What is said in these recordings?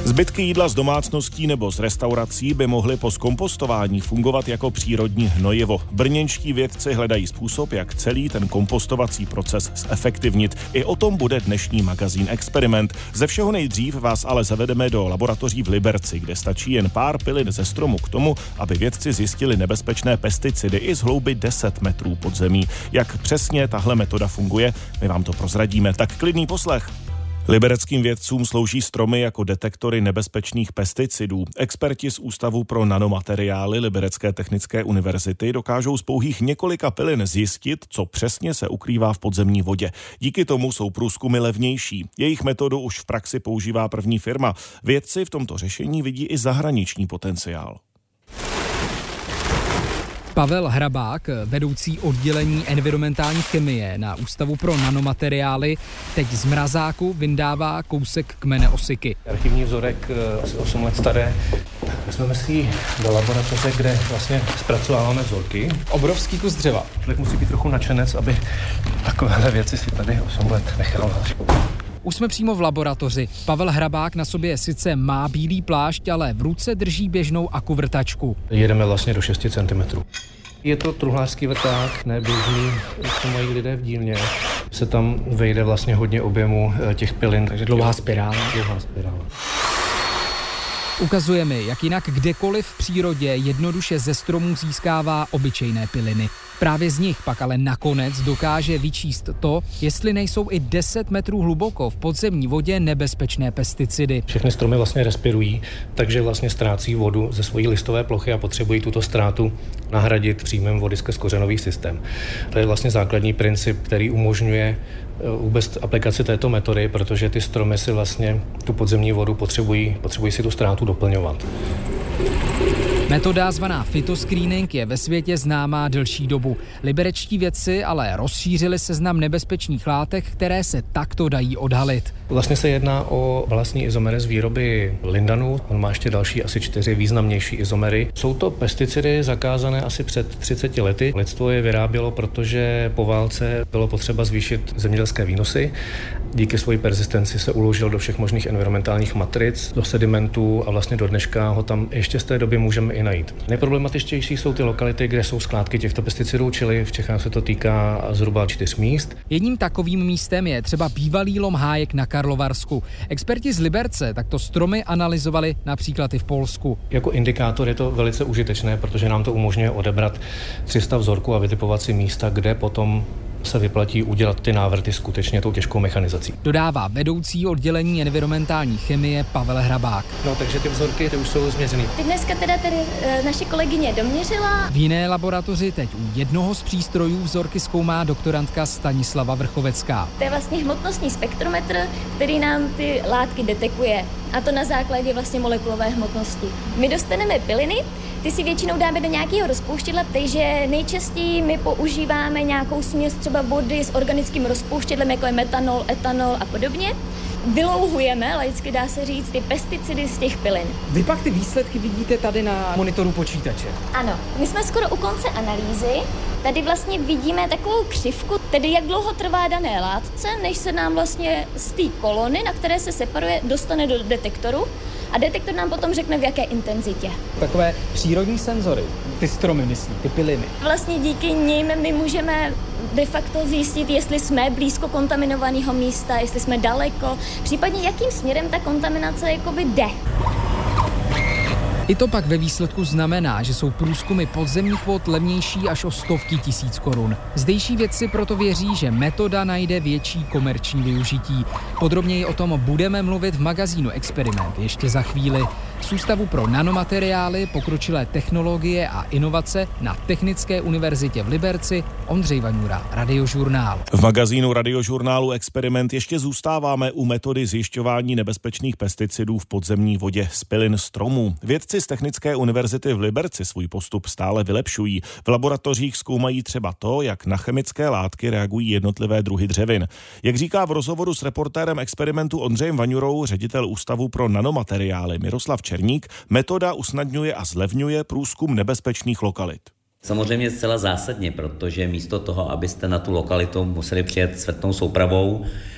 Zbytky jídla z domácností nebo z restaurací by mohly po zkompostování fungovat jako přírodní hnojivo. Brněnští vědci hledají způsob, jak celý ten kompostovací proces zefektivnit. I o tom bude dnešní magazín Experiment. Ze všeho nejdřív vás ale zavedeme do laboratoří v Liberci, kde stačí jen pár pilin ze stromu k tomu, aby vědci zjistili nebezpečné pesticidy i z hlouby 10 metrů pod zemí. Jak přesně tahle metoda funguje, my vám to prozradíme. Tak klidný poslech. Libereckým vědcům slouží stromy jako detektory nebezpečných pesticidů. Experti z Ústavu pro nanomateriály Liberecké technické univerzity dokážou z pouhých několika pilin zjistit, co přesně se ukrývá v podzemní vodě. Díky tomu jsou průzkumy levnější. Jejich metodu už v praxi používá první firma. Vědci v tomto řešení vidí i zahraniční potenciál. Pavel Hrabák, vedoucí oddělení environmentální chemie na Ústavu pro nanomateriály, teď z mrazáku vyndává kousek kmene osiky. Archivní vzorek asi 8 let staré. Vezmeme si ji do laboratoře, kde vlastně zpracováváme vzorky. Obrovský kus dřeva. Člověk musí být trochu nadšenec, aby takovéhle věci si tady 8 let nechal. Už jsme přímo v laboratoři. Pavel Hrabák na sobě sice má bílý plášť, ale v ruce drží běžnou akuvrtačku. Jedeme vlastně do 6 cm. Je to truhlářský vrták, ne běžný, co mají lidé v dílně. Se tam vejde vlastně hodně objemu těch pilin. Takže dlouhá spirála. Ukazuje mi, jak jinak kdekoliv v přírodě jednoduše ze stromů získává obyčejné piliny. Právě z nich pak ale nakonec dokáže vyčíst to, jestli nejsou i 10 metrů hluboko v podzemní vodě nebezpečné pesticidy. Všechny stromy vlastně respirují, takže vlastně ztrácí vodu ze svojí listové plochy a potřebují tuto ztrátu nahradit příjmem vody skrz kořenový systém. To je vlastně základní princip, který umožňuje vůbec aplikaci této metody, protože ty stromy si vlastně tu podzemní vodu potřebují si tu ztrátu doplňovat. Metoda zvaná phytoscreening je ve světě známá delší dobu. Liberečtí vědci ale rozšířili seznam nebezpečných látek, které se takto dají odhalit. Vlastně se jedná o vlastní izomery z výroby lindanu. On má ještě další asi 4 významnější izomery. Jsou to pesticidy zakázané asi před 30 lety. Lidstvo je vyrábělo, protože po válce bylo potřeba zvýšit zemědělské výnosy. Díky své persistenci se uložil do všech možných environmentálních matric, do sedimentů a vlastně do dneška ho tam ještě z té doby můžeme i najít. Nejproblematičtější jsou ty lokality, kde jsou skládky těchto pesticidů, čili v Čechách se to týká zhruba 4 míst. Jedním takovým místem je třeba bývalý lom Hájek na Karlovarsku. Experti z Liberce takto stromy analyzovali například i v Polsku. Jako indikátor je to velice užitečné, protože nám to umožňuje odebrat 300 vzorků a vytipovat si místa, kde potom se vyplatí udělat ty návrty skutečně tou těžkou mechanizací. Dodává vedoucí oddělení environmentální chemie Pavel Hrabák. No, takže ty vzorky ty už jsou změřený. Ty dneska teda tady naše kolegyně doměřila. V jiné laboratoři teď u jednoho z přístrojů vzorky zkoumá doktorantka Stanislava Vrchovecká. To je vlastně hmotnostní spektrometr, který nám ty látky detekuje, a to na základě vlastně molekulové hmotnosti. My dostaneme piliny, ty si většinou dáme do nějakého rozpouštědla, takže nejčastěji my používáme nějakou směs třeba vody s organickým rozpouštědlem, jako je metanol, etanol a podobně. Vylouhujeme, laicky dá se říct, ty pesticidy z těch pilin. Vy pak ty výsledky vidíte tady na monitoru počítače. Ano, my jsme skoro u konce analýzy. Tady vlastně vidíme takovou křivku, tedy jak dlouho trvá dané látce, než se nám vlastně z té kolony, na které se separuje, dostane do detektoru. A detektor nám potom řekne, v jaké intenzitě. Takové přírodní senzory, ty stromy myslí, ty piliny. Vlastně díky nim my můžeme de facto zjistit, jestli jsme blízko kontaminovaného místa, jestli jsme daleko, případně jakým směrem ta kontaminace jakoby jde. I to pak ve výsledku znamená, že jsou průzkumy podzemních vod levnější až o stovky tisíc korun. Zdejší vědci proto věří, že metoda najde větší komerční využití. Podrobněji o tom budeme mluvit v magazínu Experiment ještě za chvíli. Z Ústavu pro nanomateriály, pokročilé technologie a inovace na Technické univerzitě v Liberci Ondřej Vaňura, Radiožurnál. V magazínu Radiožurnálu Experiment ještě zůstáváme u metody zjišťování nebezpečných pesticidů v podzemní vodě z pilin stromů. Vědci z Technické univerzity v Liberci svůj postup stále vylepšují. V laboratořích zkoumají třeba to, jak na chemické látky reagují jednotlivé druhy dřevin. Jak říká v rozhovoru s reportérem Experimentu Ondřejem Vaňurou ředitel Ústavu pro nanomateriály Miroslav Černík, metoda usnadňuje a zlevňuje průzkum nebezpečných lokalit. Samozřejmě zcela zásadně, protože místo toho, abyste na tu lokalitu museli přijet s vrtnou soupravou,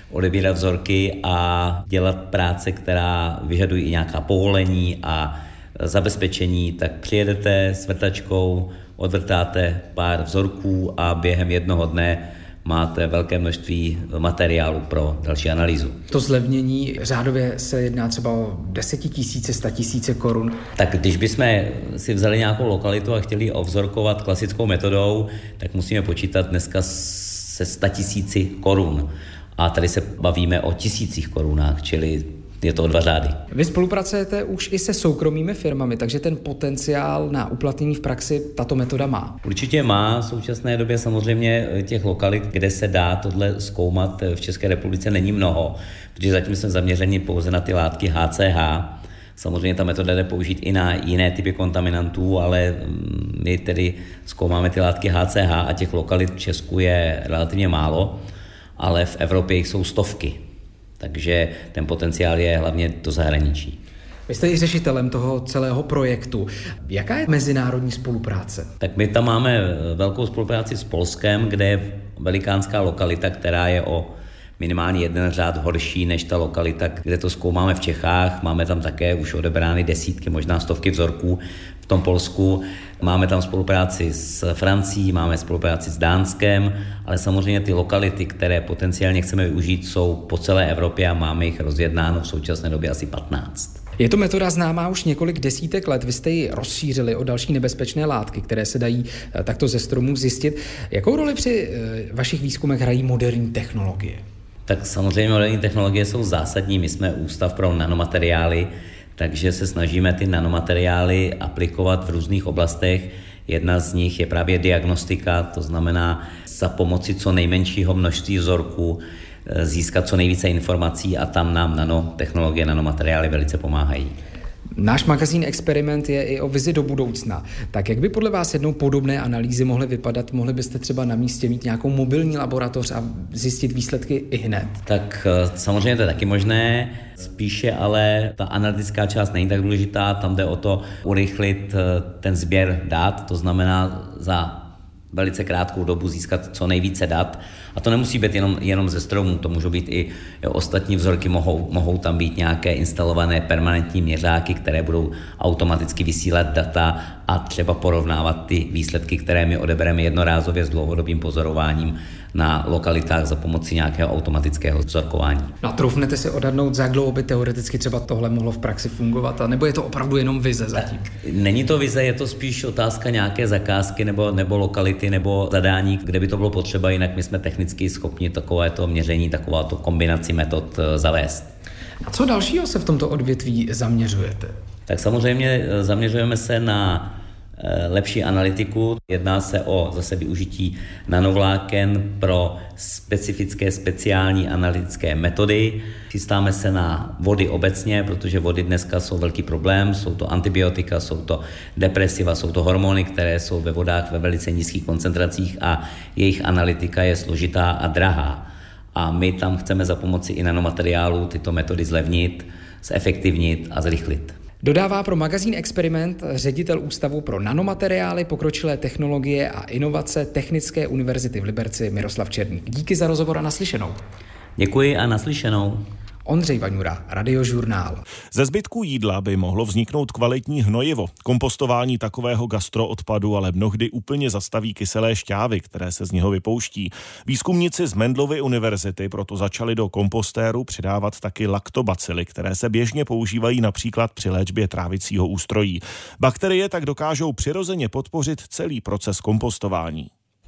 odebírat vzorky a dělat práce, která vyžadují i nějaká povolení a zabezpečení, tak přijedete s vrtačkou, odvrtáte pár vzorků a během jednoho dne máte velké množství materiálu pro další analýzu. To zlevnění řádově se jedná třeba o 10 000, 100 000 korun. Tak když bychom si vzali nějakou lokalitu a chtěli ovzorkovat klasickou metodou, tak musíme počítat dneska se 100 000 korun. A tady se bavíme o 1000 korunách, čili je to o 2 řády. Vy spolupracujete už i se soukromými firmami, takže ten potenciál na uplatnění v praxi tato metoda má. Určitě má. V současné době samozřejmě těch lokalit, kde se dá tohle zkoumat v České republice, není mnoho, protože zatím jsme zaměřeni pouze na ty látky HCH. Samozřejmě ta metoda jde použít i na jiné typy kontaminantů, ale my tedy zkoumáme ty látky HCH a těch lokalit v Česku je relativně málo, ale v Evropě jich jsou stovky. Takže ten potenciál je hlavně do zahraničí. Vy jste i řešitelem toho celého projektu. Jaká je mezinárodní spolupráce? Tak my tam máme velkou spolupráci s Polskem, kde je velikánská lokalita, která je o minimálně 1 řád horší než ta lokalita, kde to zkoumáme v Čechách. Máme tam také už odebrány desítky, možná stovky vzorků v tom Polsku. Máme tam spolupráci s Francií, máme spolupráci s Dánskem, ale samozřejmě ty lokality, které potenciálně chceme využít, jsou po celé Evropě a máme jich rozjednáno v současné době asi 15. Je to metoda známá už několik desítek let. Vy jste ji rozšířili o další nebezpečné látky, které se dají takto ze stromů zjistit. Jakou roli při vašich výzkumech hrají moderní technologie? Tak samozřejmě moderní technologie jsou zásadní. My jsme Ústav pro nanomateriály, takže se snažíme ty nanomateriály aplikovat v různých oblastech. Jedna z nich je právě diagnostika, to znamená za pomoci co nejmenšího množství vzorků získat co nejvíce informací a tam nám nanotechnologie, nanomateriály velice pomáhají. Náš magazín Experiment je i o vizi do budoucna. Tak jak by podle vás jednou podobné analýzy mohly vypadat? Mohli byste třeba na místě mít nějakou mobilní laboratoř a zjistit výsledky i hned? Tak samozřejmě to je taky možné, spíše ale ta analytická část není tak důležitá, tam jde o to urychlit ten sběr dat, to znamená za velice krátkou dobu získat co nejvíce dat. A to nemusí být jenom ze stromů, to můžou být i ostatní vzorky, mohou tam být nějaké instalované permanentní měřáky, které budou automaticky vysílat data a třeba porovnávat ty výsledky, které my odebereme jednorázově s dlouhodobým pozorováním na lokalitách za pomocí nějakého automatického vzorkování. No a troufnete si odhadnout, za jak dlouho by teoreticky třeba tohle mohlo v praxi fungovat, a nebo je to opravdu jenom vize zatím? Není to vize, je to spíš otázka nějaké zakázky nebo lokality nebo zadání, kde by to bylo potřeba, jinak my jsme technicky schopni takovéto měření, takováto kombinaci metod zavést. A co dalšího se v tomto odvětví zaměřujete? Tak samozřejmě zaměřujeme se na lepší analytiku. Jedná se o zase využití nanovláken pro specifické speciální analytické metody. Chystáme se na vody obecně, protože vody dneska jsou velký problém. Jsou to antibiotika, jsou to depresiva, jsou to hormony, které jsou ve vodách ve velice nízkých koncentracích a jejich analytika je složitá a drahá. A my tam chceme za pomoci i nanomateriálů tyto metody zlevnit, zefektivnit a zrychlit. Dodává pro magazín Experiment ředitel Ústavu pro nanomateriály, pokročilé technologie a inovace Technické univerzity v Liberci Miroslav Černík. Díky za rozhovor a naslyšenou. Děkuji a naslyšenou. Ondřej Vaňura, Radiožurnál. Ze zbytků jídla by mohlo vzniknout kvalitní hnojivo. Kompostování takového gastroodpadu ale mnohdy úplně zastaví kyselé šťávy, které se z něho vypouští. Výzkumníci z Mendelovy univerzity proto začali do kompostéru přidávat taky laktobacily, které se běžně používají například při léčbě trávicího ústrojí. Bakterie tak dokážou přirozeně podpořit celý proces kompostování.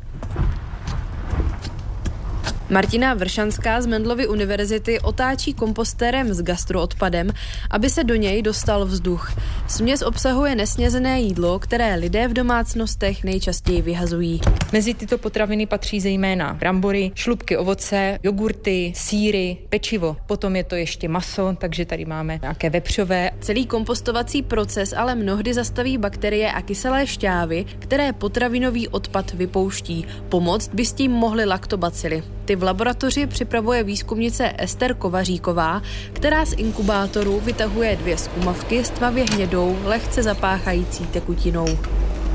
Martina Vršanská z Mendelovy univerzity otáčí kompostérem s gastroodpadem, aby se do něj dostal vzduch. Směs obsahuje nesnězené jídlo, které lidé v domácnostech nejčastěji vyhazují. Mezi tyto potraviny patří zejména brambory, šlupky ovoce, jogurty, sýry, pečivo. Potom je to ještě maso, takže tady máme nějaké vepřové. Celý kompostovací proces ale mnohdy zastaví bakterie a kyselé šťávy, které potravinový odpad vypouští. Pomoct by s tím mohly laktobacily. Ty v laboratoři připravuje výzkumnice Ester Kovaříková, která z inkubátoru vytahuje 2 zkumavky s tmavě hnědou, lehce zapáchající tekutinou.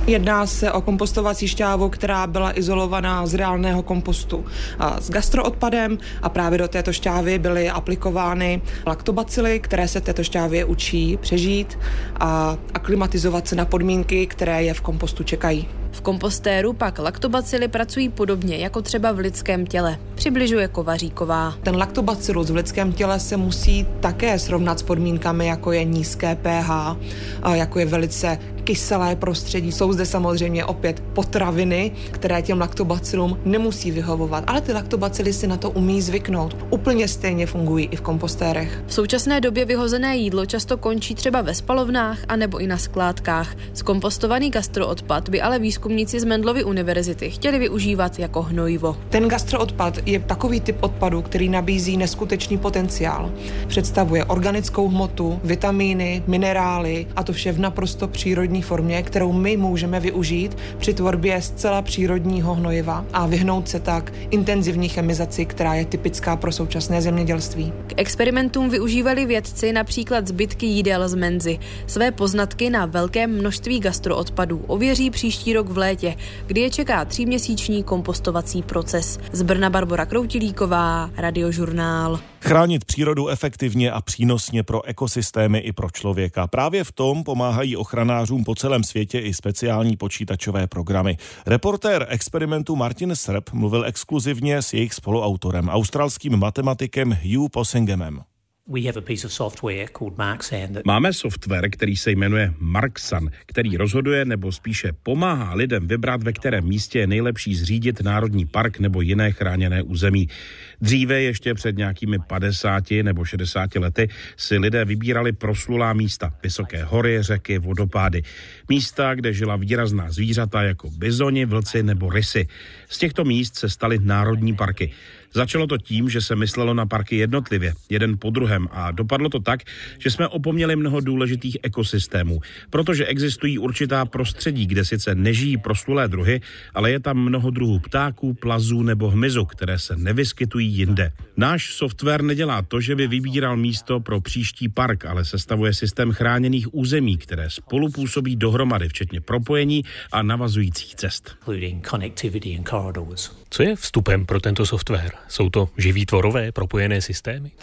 Jedná se o kompostovací šťávu, která byla izolovaná z reálného kompostu s gastroodpadem a právě do této šťávy byly aplikovány laktobacily, které se této šťávě učí přežít a aklimatizovat se na podmínky, které je v kompostu čekají. V kompostéru pak laktobacily pracují podobně jako třeba v lidském těle, přibližuje Kovaříková. Ten laktobacillus v lidském těle se musí také srovnat s podmínkami, jako je nízké pH, jako je velice kyselé prostředí. Jsou zde samozřejmě opět potraviny, které těm laktobacillům nemusí vyhovovat, ale ty laktobacily si na to umí zvyknout. Úplně stejně fungují i v kompostérech. V současné době vyhozené jídlo často končí třeba ve spalovnách anebo i na skládkách. Zkompostovaný gastroodpad by ale výzkumníci z Mendelovy univerzity chtěli využívat jako hnojivo. Ten gastroodpad je takový typ odpadu, který nabízí neskutečný potenciál. Představuje organickou hmotu, vitamíny, minerály a to vše v naprosto přírodní formě, kterou my můžeme využít při tvorbě zcela přírodního hnojiva a vyhnout se tak intenzivní chemizaci, která je typická pro současné zemědělství. K experimentům využívali vědci například zbytky jídel z Menzy. Své poznatky na velkém množství gastroodpadů ověří příští rok v létě, kdy je čeká 3měsíční kompostovací proces. Z Brna Barbora Kroutilíková, Radiožurnál. Chránit přírodu efektivně a přínosně pro ekosystémy i pro člověka. Právě v tom pomáhají ochranářům po celém světě i speciální počítačové programy. Reportér experimentu Martin Srb mluvil exkluzivně s jejich spoluautorem, australským matematikem Hugh Possingemem. Máme software, který se jmenuje Marksan, který rozhoduje nebo spíše pomáhá lidem vybrat, ve kterém místě je nejlepší zřídit národní park nebo jiné chráněné území. Dříve, ještě před nějakými 50 nebo 60 lety, si lidé vybírali proslulá místa, vysoké hory, řeky, vodopády. Místa, kde žila výrazná zvířata jako bizoni, vlci nebo rysy. Z těchto míst se staly národní parky. Začalo to tím, že se myslelo na parky jednotlivě, jeden po druhém a dopadlo to tak, že jsme opomněli mnoho důležitých ekosystémů, protože existují určitá prostředí, kde sice nežijí proslulé druhy, ale je tam mnoho druhů ptáků, plazů nebo hmyzu, které se nevyskytují jinde. Náš software nedělá to, že by vybíral místo pro příští park, ale sestavuje systém chráněných území, které spolupůsobí dohromady, včetně propojení a navazujících cest. Co je vstupem pro tento software? Jsou to živí tvorové propojené systémy?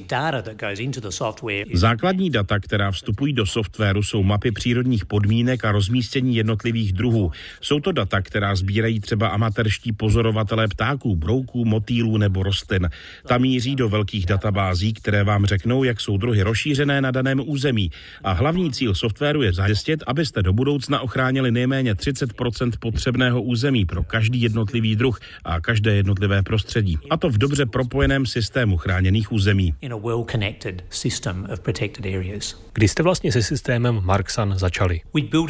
Základní data, která vstupují do softwaru, jsou mapy přírodních podmínek a rozmístění jednotlivých druhů. Jsou to data, která sbírají třeba amatérští pozorovatelé ptáků, brouků, motýlů nebo rostlin. Tam míří do velkých databází, které vám řeknou, jak jsou druhy rozšířené na daném území. A hlavní cíl softwaru je zajistit, abyste do budoucna ochránili nejméně 30% potřebného území pro každý jednotlivý druh a každé jednotlivé prostředí. A to v dobře propojeném systému chráněných území. Kdy jste vlastně se systémem Marksan začali?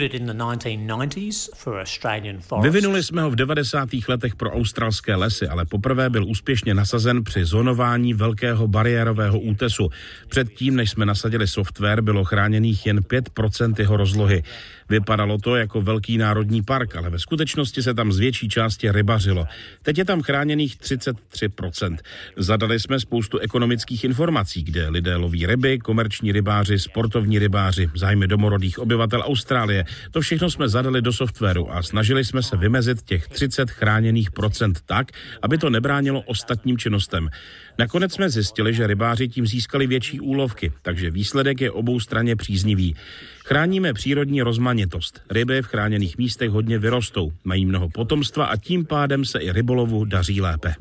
Vyvinuli jsme ho v 90. letech pro australské lesy, ale poprvé byl úspěšně nasazen při zonování velkého bariérového útesu. Předtím, než jsme nasadili software, bylo chráněných jen 5% jeho rozlohy. Vypadalo to jako velký národní park, ale ve skutečnosti se tam z větší části rybařilo. Teď je tam chráněných 33%. Zadali jsme spoustu ekonomických informací, kde lidé loví ryby, komerční rybáři, sportovní rybáři, zájmy domorodých obyvatel Austrálie. To všechno jsme zadali do softwaru a snažili jsme se vymezit těch 30 chráněných procent tak, aby to nebránilo ostatním činnostem. Nakonec jsme zjistili, že rybáři tím získali větší úlovky, takže výsledek je oboustranně příznivý. Chráníme přírodní rozmanitost. Ryby v chráněných místech hodně vyrostou, mají mnoho potomstva a tím pádem se i rybolovu daří lépe.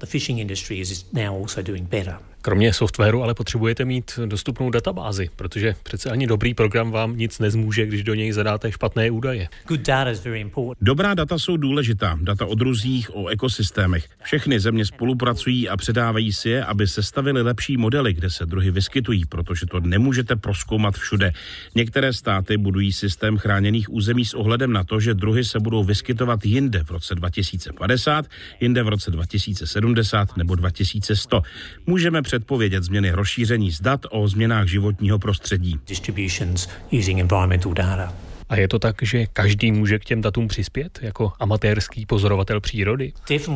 Kromě softwaru ale potřebujete mít dostupnou databázi, protože přece ani dobrý program vám nic nezmůže, když do něj zadáte špatné údaje. Dobrá data jsou důležitá. Data o druzích, o ekosystémech. Všechny země spolupracují a předávají si je, aby sestavili lepší modely, kde se druhy vyskytují, protože to nemůžete prozkoumat všude. Některé státy budují systém chráněných území s ohledem na to, že druhy se budou vyskytovat jinde v roce 2050, jinde v roce 2070 nebo 2100. Můžeme předpovědět změny rozšíření z dat o změnách životního prostředí. A je to tak, že každý může k těm datům přispět jako amatérský pozorovatel přírody?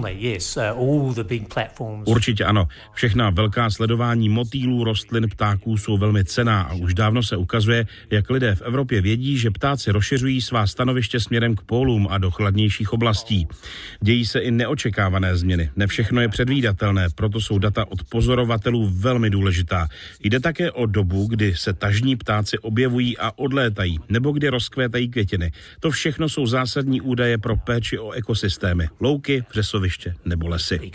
Určitě ano. Všechna velká sledování motýlů, rostlin, ptáků jsou velmi cenná a už dávno se ukazuje, jak lidé v Evropě vědí, že ptáci rozšiřují svá stanoviště směrem k pólům a do chladnějších oblastí. Dějí se i neočekávané změny. Ne všechno je předvídatelné, proto jsou data od pozorovatelů velmi důležitá. Jde také o dobu, kdy se tažní ptáci objevují a odlétají, nebo kdy rozkvétají květiny. To všechno jsou zásadní údaje pro péči o ekosystémy, louky, vřesoviště nebo lesy.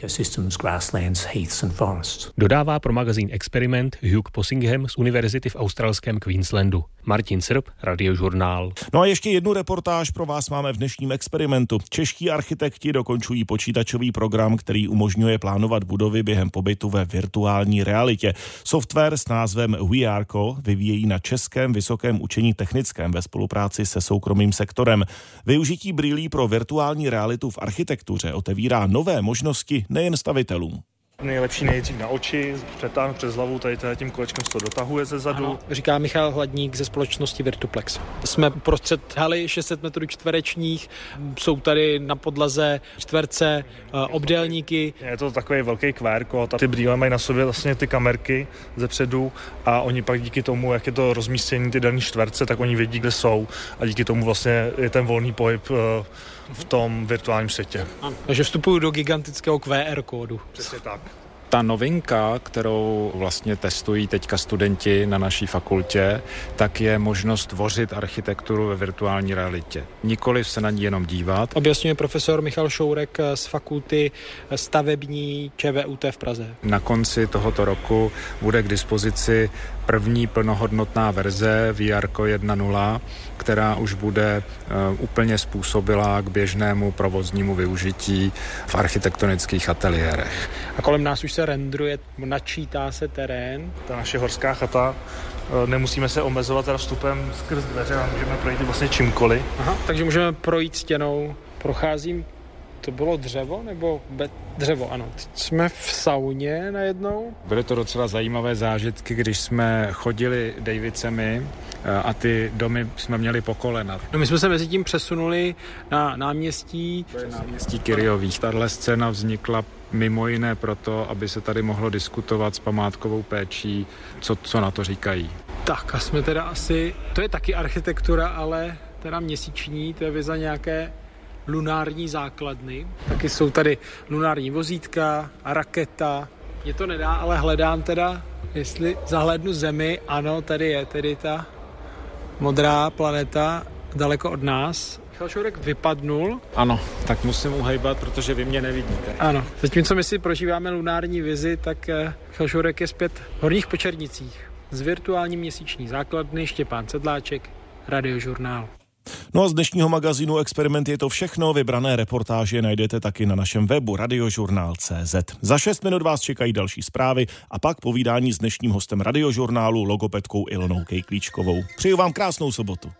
Dodává pro magazín Experiment Hugh Possingham z univerzity v australském Queenslandu. Martin Srb, Radiožurnál. No a ještě jednu reportáž pro vás máme v dnešním Experimentu. Čeští architekti dokončují počítačový program, který umožňuje plánovat budovy během pobytu ve virtuální realitě. Software s názvem WeArco vyvíjejí na Českém vysokém učení technickém ve spolupráci se soukromým sektorem. Využití brýlí pro virtuální realitu v architektuře otevírá nové možnosti nejen stavitelům. Nejlepší nejdřív na oči, přetáhnout přes hlavu, tady tím kolečkem se to dotahuje ze zadu. Ano, říká Michal Hladník ze společnosti Virtuplex. Jsme prostřed haly 600 metrů čtverečních, jsou tady na podlaze čtverce, obdélníky. Je to takový velký QR kód a ty brýle mají na sobě vlastně ty kamerky zepředu a oni pak díky tomu, jak je to rozmístění ty dané čtverce, tak oni vědí, kde jsou a díky tomu vlastně je ten volný pohyb v tom virtuálním světě. Takže vstupuju do gigantického QR kódu. Přesně tak. Ta novinka, kterou vlastně testují teďka studenti na naší fakultě, tak je možnost tvořit architekturu ve virtuální realitě. Nikoliv se na ní jenom dívat. Objasňuje profesor Michal Šourek z fakulty stavební ČVUT v Praze. Na konci tohoto roku bude k dispozici první plnohodnotná verze VRko 1.0, která už bude úplně způsobilá k běžnému provoznímu využití v architektonických ateliérech. A kolem nás už se rendruje, načítá se terén. Ta naše horská chata, nemusíme se omezovat teda vstupem skrz dveře, a můžeme projít vlastně čímkoliv. Aha, takže můžeme projít stěnou. Procházím, to bylo dřevo nebo dřevo, ano. Teď jsme v sauně najednou. Byly to docela zajímavé zážitky, když jsme chodili Davicemi a ty domy jsme měli po kolena. No my jsme se mezi tím přesunuli na náměstí. To je náměstí Kyriových. Tahle scéna vznikla mimo jiné proto, aby se tady mohlo diskutovat s památkovou péčí, co na to říkají. Tak a jsme teda asi, to je taky architektura, ale teda měsíční, to je viza nějaké lunární základny. Taky jsou tady lunární vozítka a raketa. Mně to nedá, ale hledám teda, jestli zahlédnu Zemi. Ano, tady je tedy ta modrá planeta daleko od nás. Michal Šourek vypadnul. Ano, tak musím uhejbat, protože vy mě nevidíte. Ano, zatímco my si prožíváme lunární vizi, tak Michal Šourek je zpět v Horních Počernicích. Z virtuální měsíční základny Štěpán Sedláček, Radiožurnál. No a z dnešního magazínu Experiment je to všechno. Vybrané reportáže najdete taky na našem webu radiožurnál.cz. Za 6 minut vás čekají další zprávy a pak povídání s dnešním hostem Radiožurnálu, logopedkou Ilonou Kejklíčkovou. Přeju vám krásnou sobotu.